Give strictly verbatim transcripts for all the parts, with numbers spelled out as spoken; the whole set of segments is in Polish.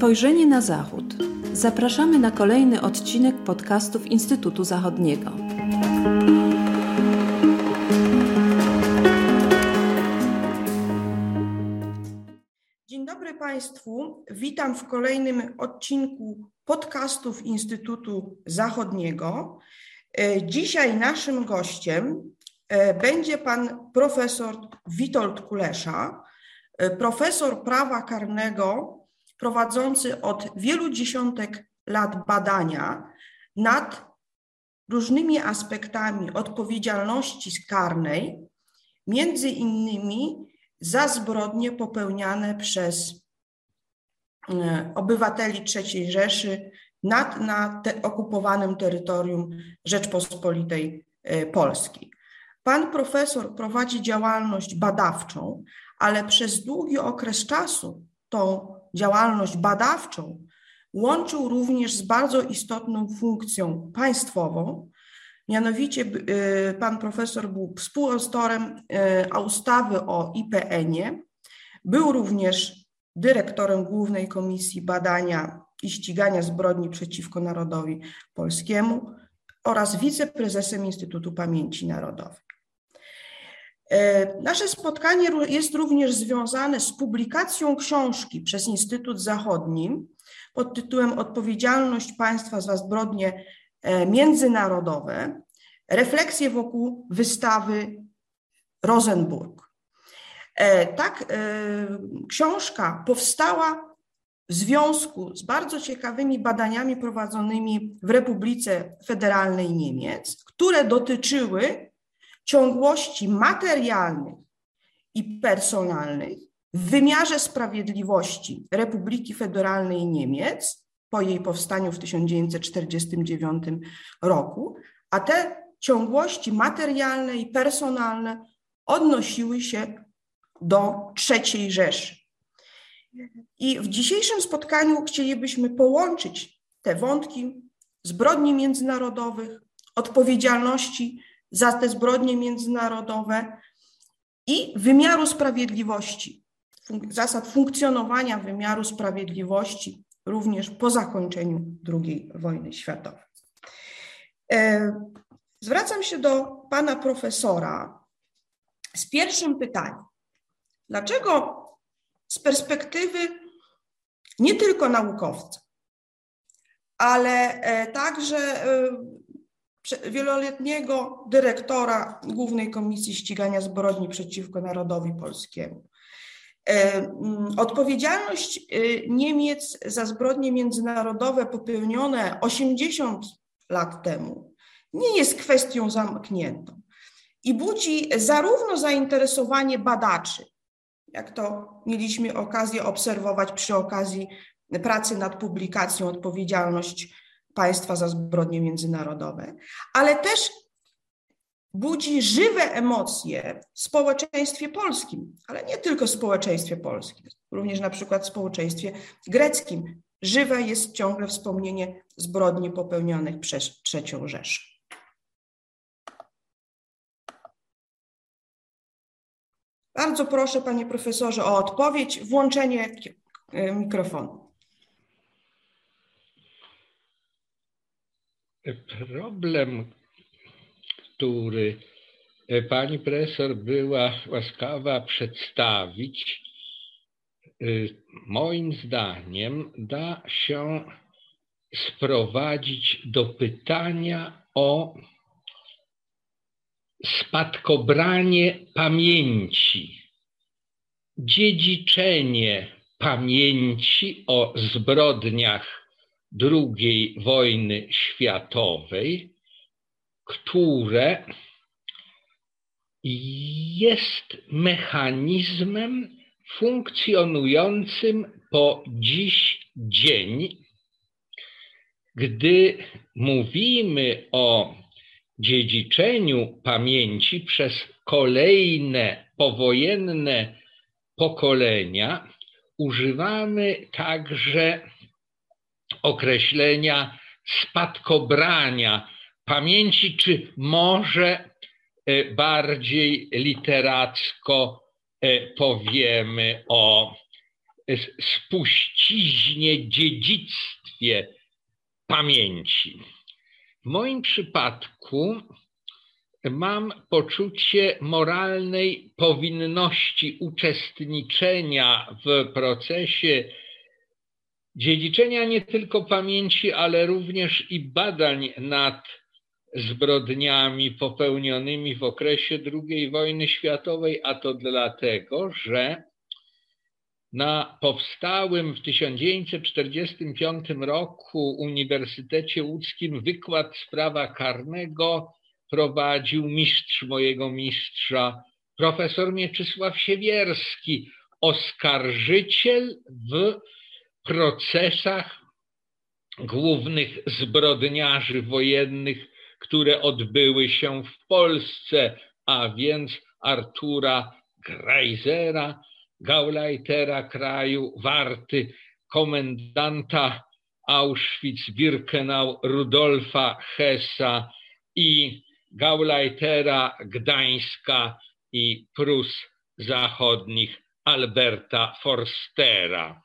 Spojrzenie na Zachód. Zapraszamy na kolejny odcinek podcastów Instytutu Zachodniego. Dzień dobry Państwu. Witam w kolejnym odcinku podcastów Instytutu Zachodniego. Dzisiaj naszym gościem będzie pan profesor Witold Kulesza, profesor prawa karnego prowadzący od wielu dziesiątek lat badania nad różnymi aspektami odpowiedzialności karnej, między innymi za zbrodnie popełniane przez obywateli trzeciej Rzeszy nad, na te, okupowanym terytorium Rzeczpospolitej Polskiej. Pan profesor prowadzi działalność badawczą, ale przez długi okres czasu tą działalność badawczą łączył również z bardzo istotną funkcją państwową. Mianowicie pan profesor był współautorem ustawy o I P N-ie, był również dyrektorem Głównej Komisji Badania i Ścigania Zbrodni przeciwko Narodowi Polskiemu oraz wiceprezesem Instytutu Pamięci Narodowej. Nasze spotkanie jest również związane z publikacją książki przez Instytut Zachodni pod tytułem Odpowiedzialność państwa za zbrodnie międzynarodowe. Refleksje wokół wystawy Rosenburg. Tak, książka powstała w związku z bardzo ciekawymi badaniami prowadzonymi w Republice Federalnej Niemiec, które dotyczyły ciągłości materialnych i personalnych w wymiarze sprawiedliwości Republiki Federalnej Niemiec po jej powstaniu w tysiąc dziewięćset czterdziestym dziewiątym roku, a te ciągłości materialne i personalne odnosiły się do trzeciej Rzeszy. I w dzisiejszym spotkaniu chcielibyśmy połączyć te wątki zbrodni międzynarodowych, odpowiedzialności za te zbrodnie międzynarodowe i wymiaru sprawiedliwości, zasad funkcjonowania wymiaru sprawiedliwości również po zakończeniu drugiej wojny światowej. Zwracam się do pana profesora z pierwszym pytaniem. Dlaczego z perspektywy nie tylko naukowca, ale także wieloletniego dyrektora Głównej Komisji Ścigania Zbrodni przeciwko Narodowi Polskiemu, odpowiedzialność Niemiec za zbrodnie międzynarodowe popełnione osiemdziesiąt lat temu nie jest kwestią zamkniętą i budzi zarówno zainteresowanie badaczy, jak to mieliśmy okazję obserwować przy okazji pracy nad publikacją Odpowiedzialność państwa za zbrodnie międzynarodowe, ale też budzi żywe emocje w społeczeństwie polskim, ale nie tylko w społeczeństwie polskim, również na przykład w społeczeństwie greckim. Żywe jest ciągle wspomnienie zbrodni popełnionych przez trzecią Rzeszę. Bardzo proszę, panie profesorze, o odpowiedź, włączenie mikrofonu. Problem, który pani profesor była łaskawa przedstawić, moim zdaniem da się sprowadzić do pytania o spadkobranie pamięci, dziedziczenie pamięci o zbrodniach drugiej wojny światowej, które jest mechanizmem funkcjonującym po dziś dzień. Gdy mówimy o dziedziczeniu pamięci przez kolejne powojenne pokolenia, używamy także określenia spadkobrania pamięci, czy może bardziej literacko powiemy o spuściźnie, dziedzictwie pamięci. W moim przypadku mam poczucie moralnej powinności uczestniczenia w procesie dziedziczenia nie tylko pamięci, ale również i badań nad zbrodniami popełnionymi w okresie drugiej wojny światowej, a to dlatego, że na powstałym w tysiąc dziewięćset czterdziestym piątym roku Uniwersytecie Łódzkim wykład z prawa karnego prowadził mistrz mojego mistrza, profesor Mieczysław Siewierski, oskarżyciel w procesach głównych zbrodniarzy wojennych, które odbyły się w Polsce, a więc Artura Greisera, Gauleitera kraju Warty, komendanta Auschwitz-Birkenau Rudolfa Hessa i Gauleitera Gdańska i Prus Zachodnich Alberta Forstera.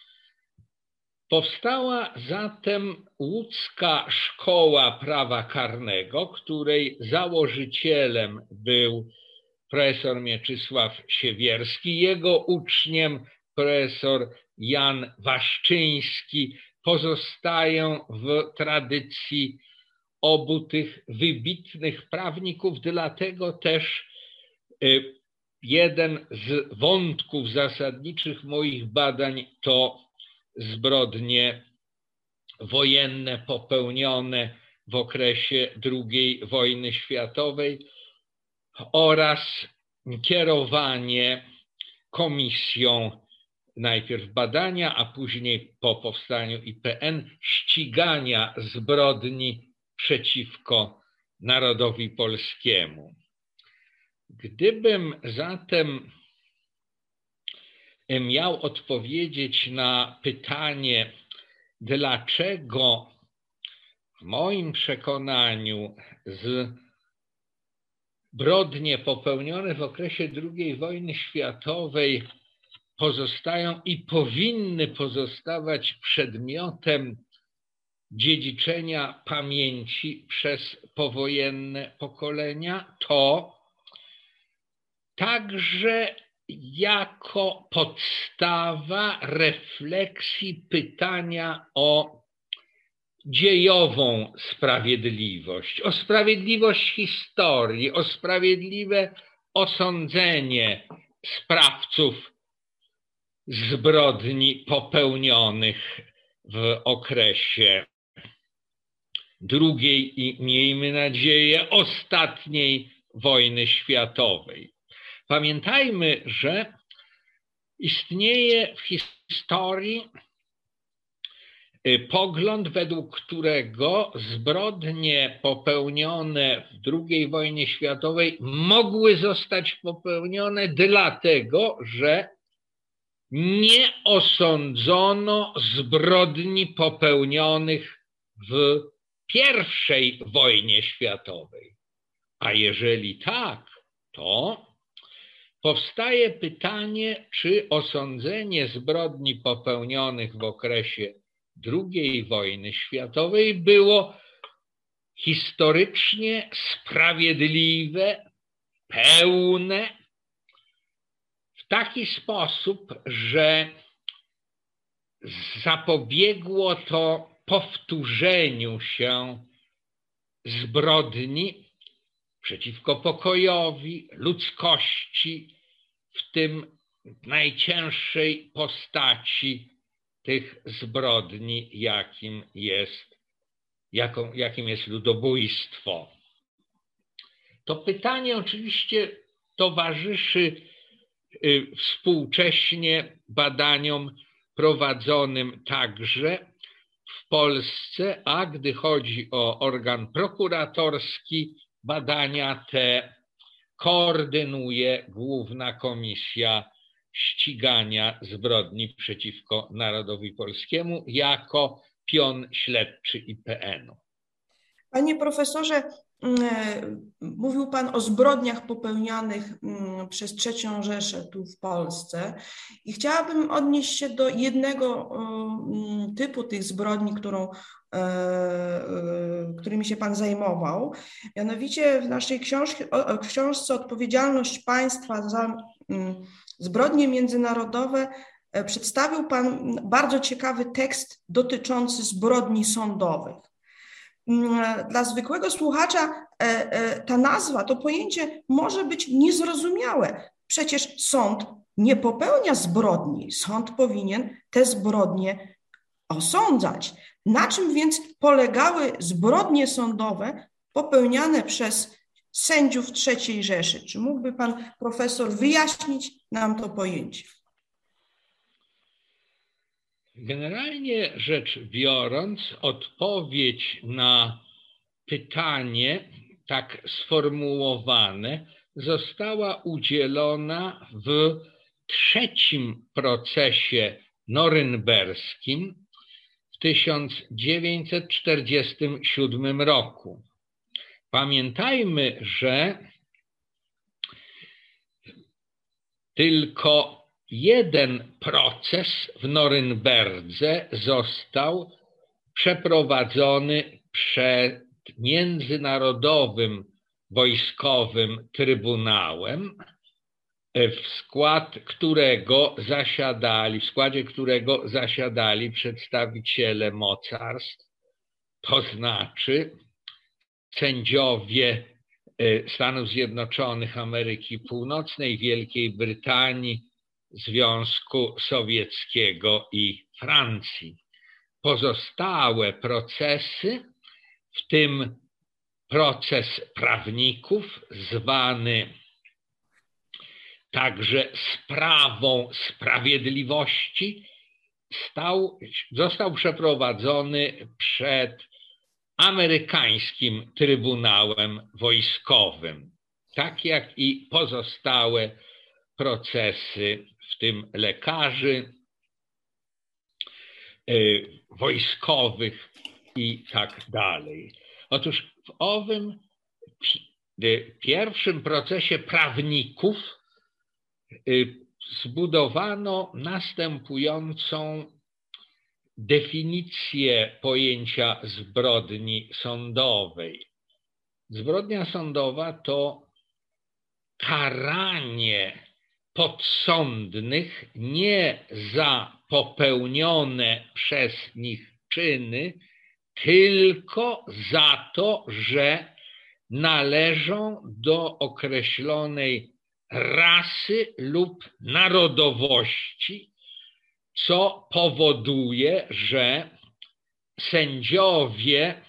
Powstała zatem Łódzka Szkoła Prawa Karnego, której założycielem był profesor Mieczysław Siewierski, jego uczniem profesor Jan Waszczyński. Pozostają w tradycji obu tych wybitnych prawników, dlatego też jeden z wątków zasadniczych moich badań to zbrodnie wojenne popełnione w okresie drugiej wojny światowej oraz kierowanie komisją najpierw badania, a później po powstaniu I P N ścigania zbrodni przeciwko narodowi polskiemu. Gdybym zatem miał odpowiedzieć na pytanie, dlaczego w moim przekonaniu zbrodnie popełnione w okresie drugiej wojny światowej pozostają i powinny pozostawać przedmiotem dziedziczenia pamięci przez powojenne pokolenia, to także jako podstawa refleksji pytania o dziejową sprawiedliwość, o sprawiedliwość historii, o sprawiedliwe osądzenie sprawców zbrodni popełnionych w okresie drugiej i, miejmy nadzieję, ostatniej wojny światowej. Pamiętajmy, że istnieje w historii pogląd, według którego zbrodnie popełnione w drugiej wojnie światowej mogły zostać popełnione dlatego, że nie osądzono zbrodni popełnionych w pierwszej wojnie światowej. A jeżeli tak, to powstaje pytanie, czy osądzenie zbrodni popełnionych w okresie drugiej wojny światowej było historycznie sprawiedliwe, pełne, w taki sposób, że zapobiegło to powtórzeniu się zbrodni przeciwko pokojowi, ludzkości, w tym najcięższej postaci tych zbrodni, jakim jest, jaką, jakim jest ludobójstwo. To pytanie oczywiście towarzyszy współcześnie badaniom prowadzonym także w Polsce, a gdy chodzi o organ prokuratorski, badania te koordynuje Główna Komisja Ścigania Zbrodni przeciwko Narodowi Polskiemu jako pion śledczy I P N u. Panie profesorze, Mówił Pan o zbrodniach popełnianych przez trzecią Rzeszę tu w Polsce i chciałabym odnieść się do jednego typu tych zbrodni, którą, którymi się Pan zajmował. Mianowicie w naszej książce, w książce Odpowiedzialność państwa za zbrodnie międzynarodowe przedstawił Pan bardzo ciekawy tekst dotyczący zbrodni sądowych. Dla zwykłego słuchacza ta nazwa, to pojęcie może być niezrozumiałe. Przecież sąd nie popełnia zbrodni. Sąd powinien te zbrodnie osądzać. Na czym więc polegały zbrodnie sądowe popełniane przez sędziów trzeciej Rzeszy? Czy mógłby Pan profesor wyjaśnić nam to pojęcie? Generalnie rzecz biorąc, odpowiedź na pytanie tak sformułowane została udzielona w trzecim procesie norymberskim w tysiąc dziewięćset czterdziestym siódmym roku. Pamiętajmy, że tylko jeden proces w Norymberdze został przeprowadzony przed Międzynarodowym Wojskowym Trybunałem, w skład którego zasiadali, w składzie którego zasiadali przedstawiciele mocarstw, to znaczy sędziowie Stanów Zjednoczonych Ameryki Północnej, Wielkiej Brytanii, Związku Sowieckiego i Francji. Pozostałe procesy, w tym proces prawników, zwany także sprawą sprawiedliwości, stał, został przeprowadzony przed amerykańskim Trybunałem Wojskowym, tak jak i pozostałe procesy, w tym lekarzy, y, wojskowych i tak dalej. Otóż w owym y, pierwszym procesie prawników y, zbudowano następującą definicję pojęcia zbrodni sądowej. Zbrodnia sądowa to karanie podsądnych nie za popełnione przez nich czyny, tylko za to, że należą do określonej rasy lub narodowości, co powoduje, że sędziowie,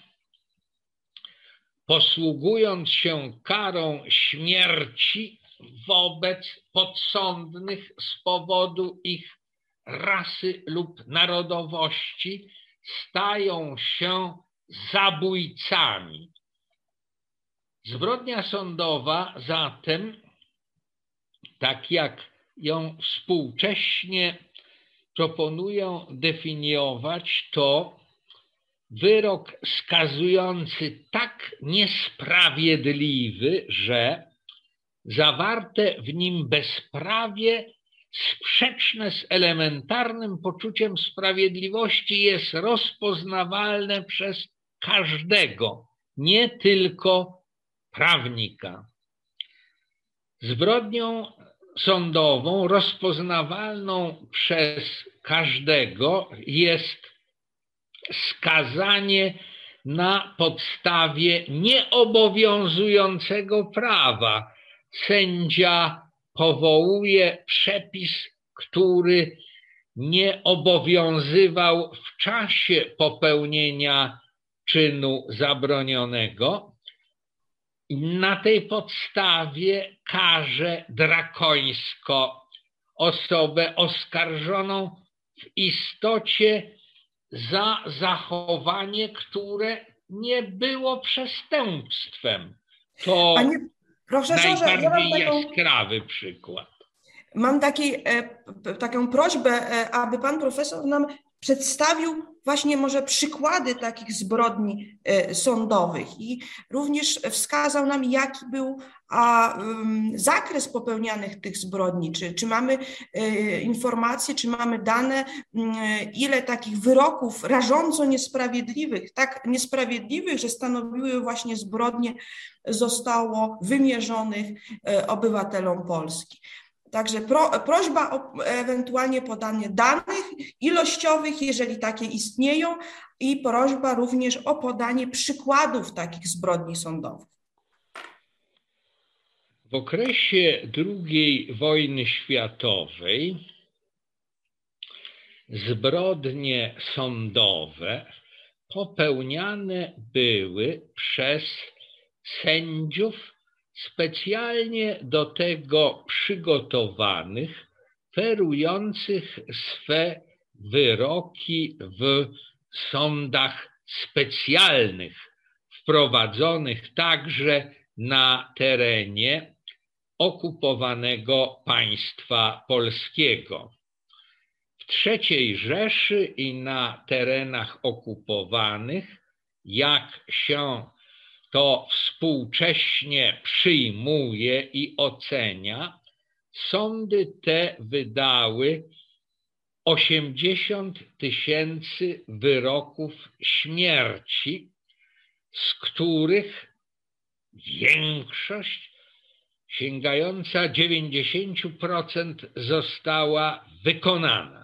posługując się karą śmierci wobec podsądnych z powodu ich rasy lub narodowości, stają się zabójcami. Zbrodnia sądowa zatem, tak jak ją współcześnie proponują definiować, to wyrok skazujący tak niesprawiedliwy, że zawarte w nim bezprawie sprzeczne z elementarnym poczuciem sprawiedliwości jest rozpoznawalne przez każdego, nie tylko prawnika. Zbrodnią sądową rozpoznawalną przez każdego jest skazanie na podstawie nieobowiązującego prawa. Sędzia powołuje przepis, który nie obowiązywał w czasie popełnienia czynu zabronionego. I na tej podstawie karze drakońsko osobę oskarżoną w istocie za zachowanie, które nie było przestępstwem. To Panie profesorze, najbardziej ja taką, jaskrawy przykład. Mam taki, taką prośbę, aby pan profesor nam przedstawił właśnie może przykłady takich zbrodni sądowych i również wskazał nam, jaki był a, um, zakres popełnianych tych zbrodni, czy, czy mamy y, informacje, czy mamy dane, y, ile takich wyroków rażąco niesprawiedliwych, tak niesprawiedliwych, że stanowiły właśnie zbrodnie, zostało wymierzonych y, obywatelom Polski. Także pro, prośba o ewentualnie podanie danych ilościowych, jeżeli takie istnieją, i prośba również o podanie przykładów takich zbrodni sądowych. W okresie drugiej wojny światowej zbrodnie sądowe popełniane były przez sędziów specjalnie do tego przygotowanych, ferujących swe wyroki w sądach specjalnych, wprowadzonych także na terenie okupowanego państwa polskiego. W trzeciej Rzeszy i na terenach okupowanych, jak się to współcześnie przyjmuje i ocenia, sądy te wydały osiemdziesiąt tysięcy wyroków śmierci, z których większość sięgająca dziewięćdziesiąt procent została wykonana.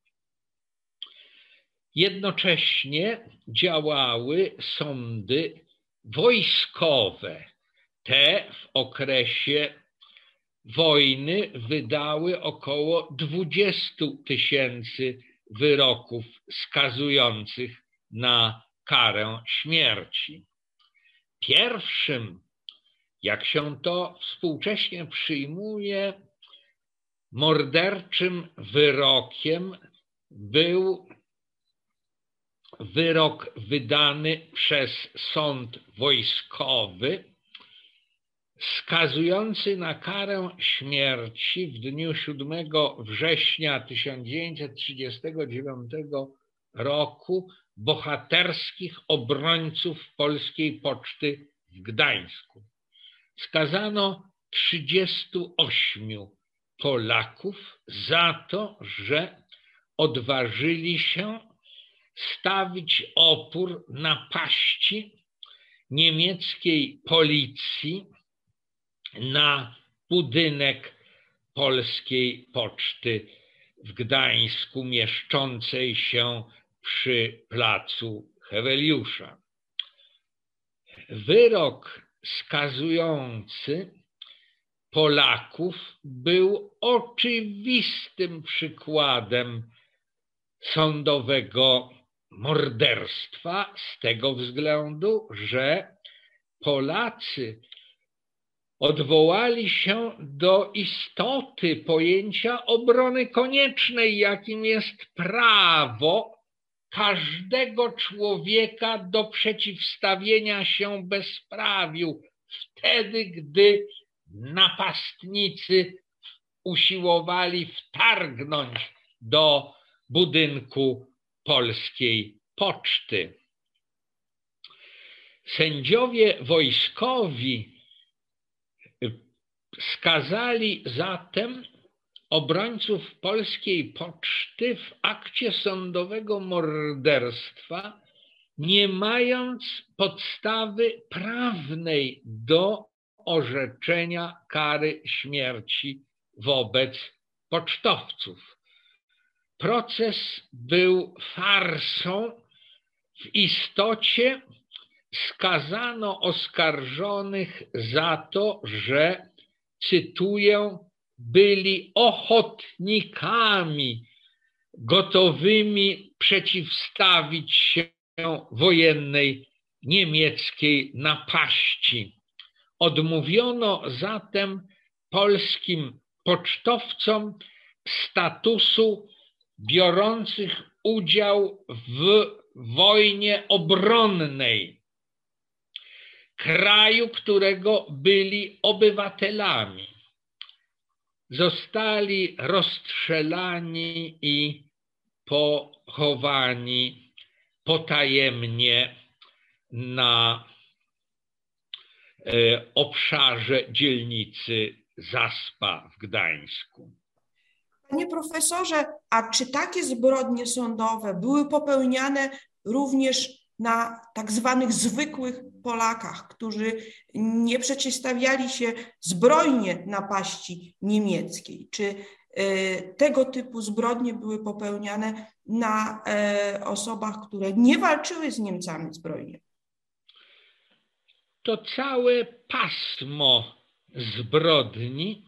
Jednocześnie działały sądy wojskowe. Te w okresie wojny wydały około dwadzieścia tysięcy wyroków skazujących na karę śmierci. Pierwszym, jak się to współcześnie przyjmuje, morderczym wyrokiem był wyrok wydany przez sąd wojskowy skazujący na karę śmierci w dniu siódmego września tysiąc dziewięćset trzydziestego dziewiątego roku bohaterskich obrońców Polskiej Poczty w Gdańsku. Skazano trzydziestu ośmiu Polaków za to, że odważyli się stawić opór napaści niemieckiej policji na budynek Polskiej Poczty w Gdańsku, mieszczącej się przy placu Heweliusza. Wyrok skazujący Polaków był oczywistym przykładem sądowego morderstwa z tego względu, że Polacy odwołali się do istoty pojęcia obrony koniecznej, jakim jest prawo każdego człowieka do przeciwstawienia się bezprawiu, wtedy, gdy napastnicy usiłowali wtargnąć do budynku Polskiej Poczty. Sędziowie wojskowi skazali zatem obrońców Polskiej Poczty w akcie sądowego morderstwa, nie mając podstawy prawnej do orzeczenia kary śmierci wobec pocztowców. Proces był farsą. W istocie skazano oskarżonych za to, że, cytuję, byli ochotnikami gotowymi przeciwstawić się wojennej niemieckiej napaści. Odmówiono zatem polskim pocztowcom statusu biorących udział w wojnie obronnej kraju, którego byli obywatelami. Zostali rozstrzelani i pochowani potajemnie na obszarze dzielnicy Zaspa w Gdańsku. Panie profesorze, a czy takie zbrodnie sądowe były popełniane również na tak zwanych zwykłych Polakach, którzy nie przeciwstawiali się zbrojnie napaści niemieckiej? Czy tego typu zbrodnie były popełniane na osobach, które nie walczyły z Niemcami zbrojnie? To całe pasmo zbrodni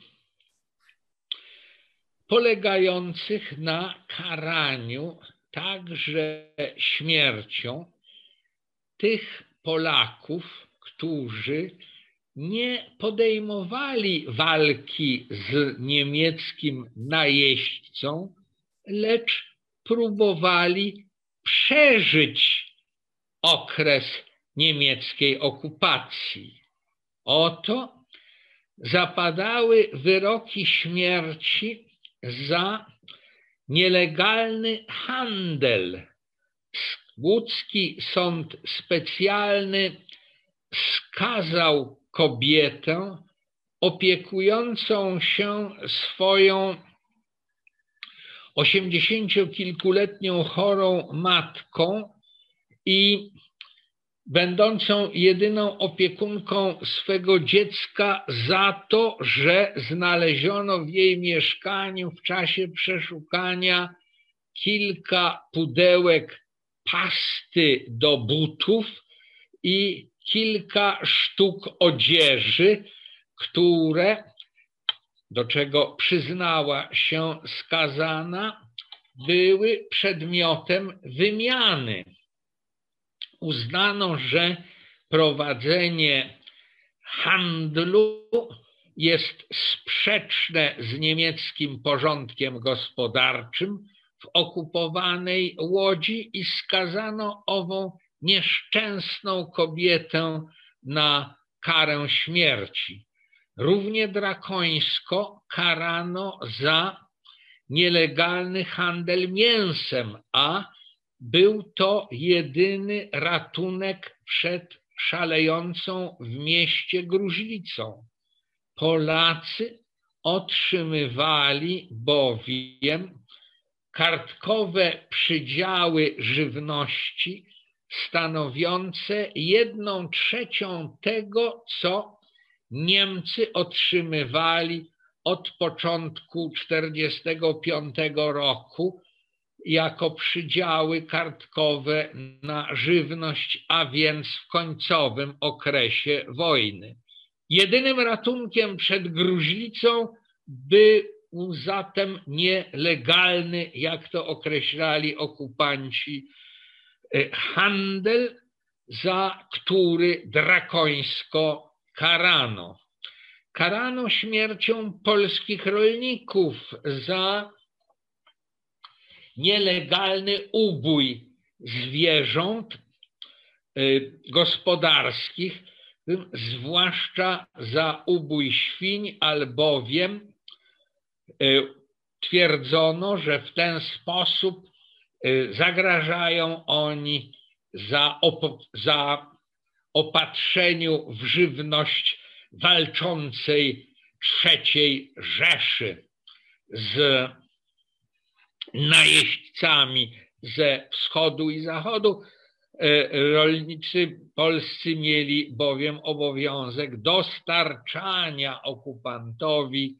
polegających na karaniu także śmiercią tych Polaków, którzy nie podejmowali walki z niemieckim najeźdźcą, lecz próbowali przeżyć okres niemieckiej okupacji. Oto zapadały wyroki śmierci za nielegalny handel. Łódzki Sąd Specjalny skazał kobietę opiekującą się swoją osiemdziesięciokilkuletnią chorą matką i będącą jedyną opiekunką swego dziecka za to, że znaleziono w jej mieszkaniu w czasie przeszukania kilka pudełek pasty do butów i kilka sztuk odzieży, które, do czego przyznała się skazana, były przedmiotem wymiany. Uznano, że prowadzenie handlu jest sprzeczne z niemieckim porządkiem gospodarczym w okupowanej Łodzi i skazano ową nieszczęsną kobietę na karę śmierci. Równie drakońsko karano za nielegalny handel mięsem, a był to jedyny ratunek przed szalejącą w mieście gruźlicą. Polacy otrzymywali bowiem kartkowe przydziały żywności stanowiące jedną trzecią tego, co Niemcy otrzymywali od początku tysiąc dziewięćset czterdziestego piątego roku jako przydziały kartkowe na żywność, a więc w końcowym okresie wojny. Jedynym ratunkiem przed gruźlicą był zatem nielegalny, jak to określali okupanci, handel, za który drakońsko karano. Karano śmiercią polskich rolników za nielegalny ubój zwierząt gospodarskich, zwłaszcza za ubój świń, albowiem twierdzono, że w ten sposób zagrażają oni za, op- za opatrzeniu w żywność walczącej trzeciej Rzeszy z najeźdźcami ze wschodu i zachodu. Rolnicy polscy mieli bowiem obowiązek dostarczania okupantowi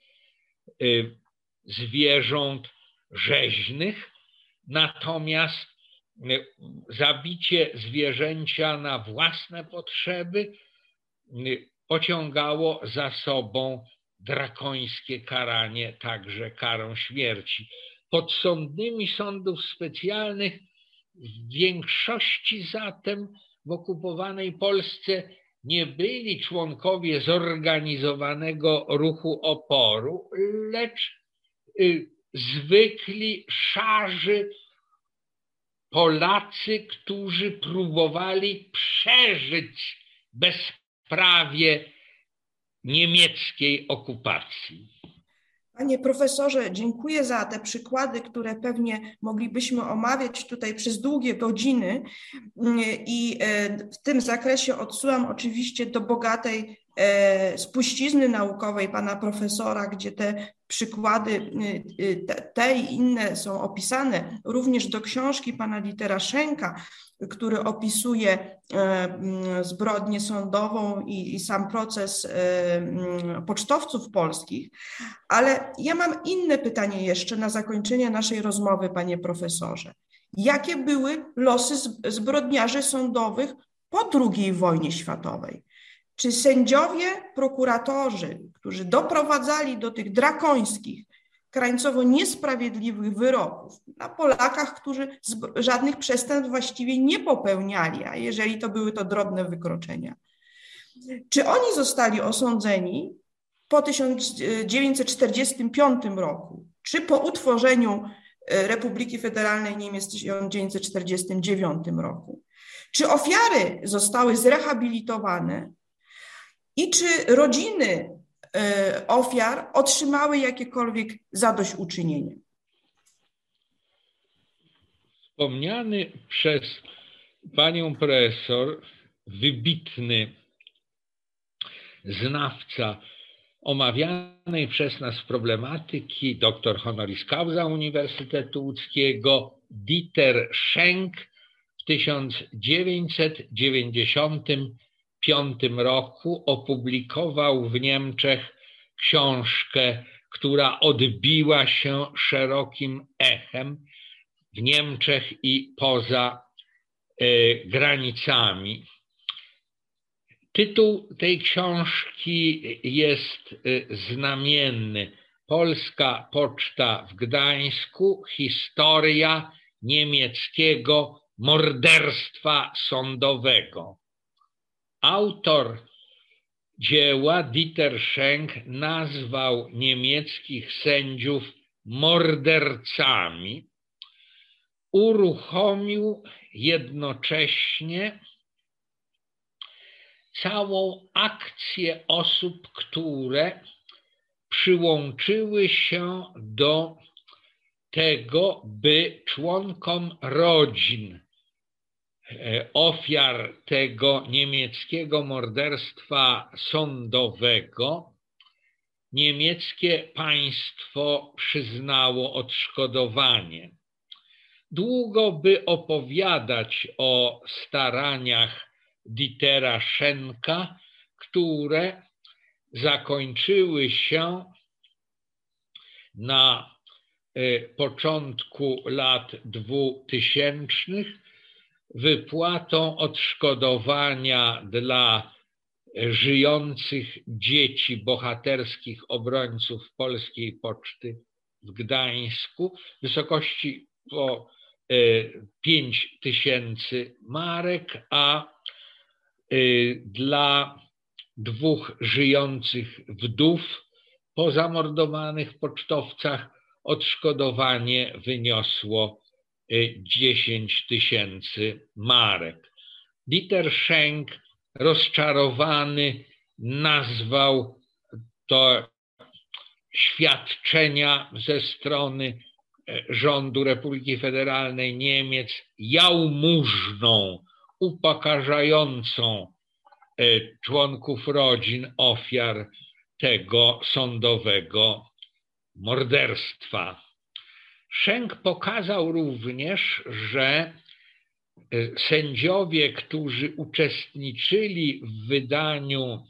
zwierząt rzeźnych, natomiast zabicie zwierzęcia na własne potrzeby pociągało za sobą drakońskie karanie, także karą śmierci. Podsądnymi sądów specjalnych w większości zatem w okupowanej Polsce nie byli członkowie zorganizowanego ruchu oporu, lecz zwykli, szarzy Polacy, którzy próbowali przeżyć bezprawie niemieckiej okupacji. Panie profesorze, dziękuję za te przykłady, które pewnie moglibyśmy omawiać tutaj przez długie godziny i w tym zakresie odsyłam oczywiście do bogatej spuścizny naukowej pana profesora, gdzie te przykłady, te i inne są opisane, również do książki pana Literaszenka, który opisuje zbrodnię sądową i, i sam proces pocztowców polskich. Ale ja mam inne pytanie jeszcze na zakończenie naszej rozmowy, panie profesorze. Jakie były losy zbrodniarzy sądowych po drugiej wojnie światowej? Czy sędziowie, prokuratorzy, którzy doprowadzali do tych drakońskich, krańcowo niesprawiedliwych wyroków na Polakach, którzy żadnych przestępstw właściwie nie popełniali, a jeżeli to były to drobne wykroczenia, czy oni zostali osądzeni po tysiąc dziewięćset czterdziestym piątym roku, czy po utworzeniu Republiki Federalnej Niemiec w tysiąc dziewięćset czterdziestym dziewiątym roku? Czy ofiary zostały zrehabilitowane i czy rodziny ofiar otrzymały jakiekolwiek zadośćuczynienie? Wspomniany przez panią profesor wybitny znawca omawianej przez nas problematyki, doktor honoris causa Uniwersytetu Łódzkiego, Dieter Schenk w tysiąc dziewięćset dziewięćdziesiątym piątym roku opublikował w Niemczech książkę, która odbiła się szerokim echem w Niemczech i poza y, granicami. Tytuł tej książki jest znamienny. Polska Poczta w Gdańsku. Historia niemieckiego morderstwa sądowego. Autor dzieła, Dieter Schenk, nazwał niemieckich sędziów mordercami. Uruchomił jednocześnie całą akcję osób, które przyłączyły się do tego, by członkom rodzin ofiar tego niemieckiego morderstwa sądowego niemieckie państwo przyznało odszkodowanie. Długo by opowiadać o staraniach Dietera Schenka, które zakończyły się na początku lat dwutysięcznych wypłatą odszkodowania dla żyjących dzieci bohaterskich obrońców Polskiej Poczty w Gdańsku w wysokości po pięć tysięcy marek, a dla dwóch żyjących wdów po zamordowanych pocztowcach odszkodowanie wyniosło dziesięć tysięcy marek. Dieter Schenk, rozczarowany, nazwał to świadczenia ze strony rządu Republiki Federalnej Niemiec jałmużną, upokarzającą członków rodzin ofiar tego sądowego morderstwa. Schenk pokazał również, że sędziowie, którzy uczestniczyli w wydaniu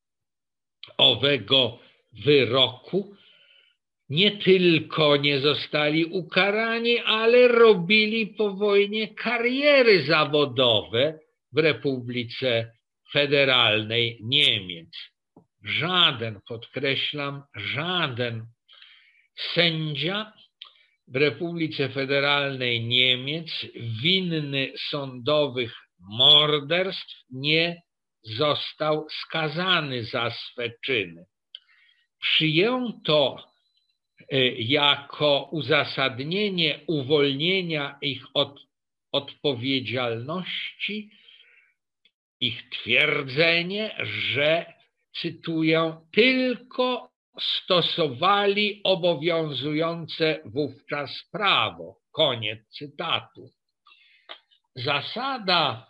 owego wyroku, nie tylko nie zostali ukarani, ale robili po wojnie kariery zawodowe w Republice Federalnej Niemiec. Żaden, podkreślam, żaden sędzia w Republice Federalnej Niemiec winny sądowych morderstw nie został skazany za swe czyny. Przyjęto jako uzasadnienie uwolnienia ich od odpowiedzialności ich twierdzenie, że, cytuję, tylko stosowali obowiązujące wówczas prawo. Koniec cytatu. Zasada,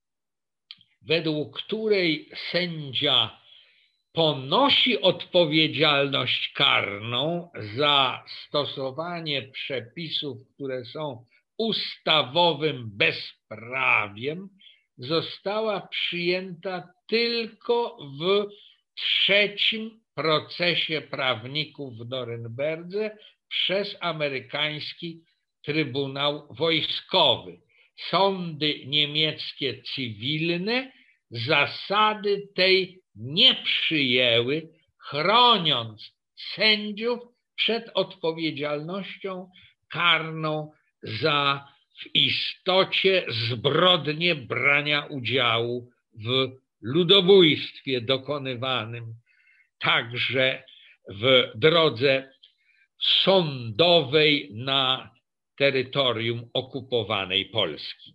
według której sędzia ponosi odpowiedzialność karną za stosowanie przepisów, które są ustawowym bezprawiem, została przyjęta tylko w trzecim procesie prawników w Norymberdze przez amerykański Trybunał Wojskowy. Sądy niemieckie cywilne zasady tej nie przyjęły, chroniąc sędziów przed odpowiedzialnością karną za w istocie zbrodnię brania udziału w ludobójstwie dokonywanym także w drodze sądowej na terytorium okupowanej Polski.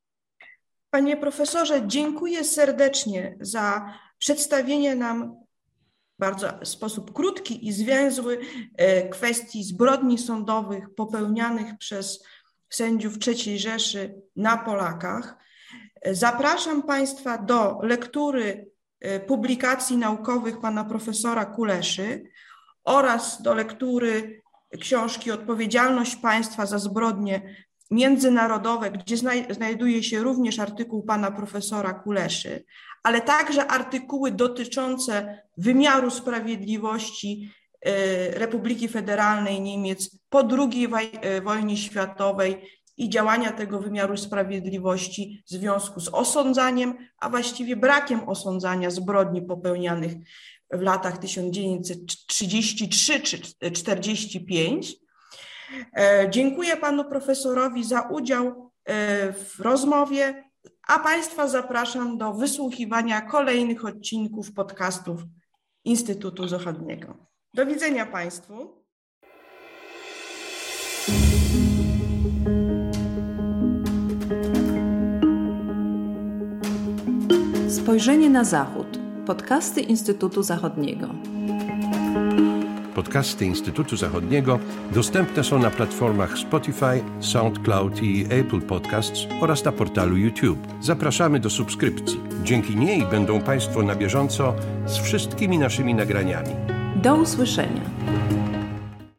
Panie profesorze, dziękuję serdecznie za przedstawienie nam w bardzo w sposób krótki i zwięzły kwestii zbrodni sądowych popełnianych przez sędziów trzeciej Rzeszy na Polakach. Zapraszam Państwa do lektury publikacji naukowych pana profesora Kuleszy oraz do lektury książki Odpowiedzialność państwa za zbrodnie międzynarodowe, gdzie znajduje się również artykuł pana profesora Kuleszy, ale także artykuły dotyczące wymiaru sprawiedliwości Republiki Federalnej Niemiec po drugiej wojnie światowej i działania tego wymiaru sprawiedliwości w związku z osądzaniem, a właściwie brakiem osądzania zbrodni popełnianych w latach tysiąc dziewięćset trzydziestym trzecim czy tysiąc dziewięćset czterdziestym piątym. Dziękuję panu profesorowi za udział w rozmowie, a Państwa zapraszam do wysłuchiwania kolejnych odcinków podcastów Instytutu Zachodniego. Do widzenia Państwu. Spojrzenie na Zachód. Podcasty Instytutu Zachodniego. Podcasty Instytutu Zachodniego dostępne są na platformach Spotify, SoundCloud i Apple Podcasts oraz na portalu YouTube. Zapraszamy do subskrypcji. Dzięki niej będą Państwo na bieżąco z wszystkimi naszymi nagraniami. Do usłyszenia.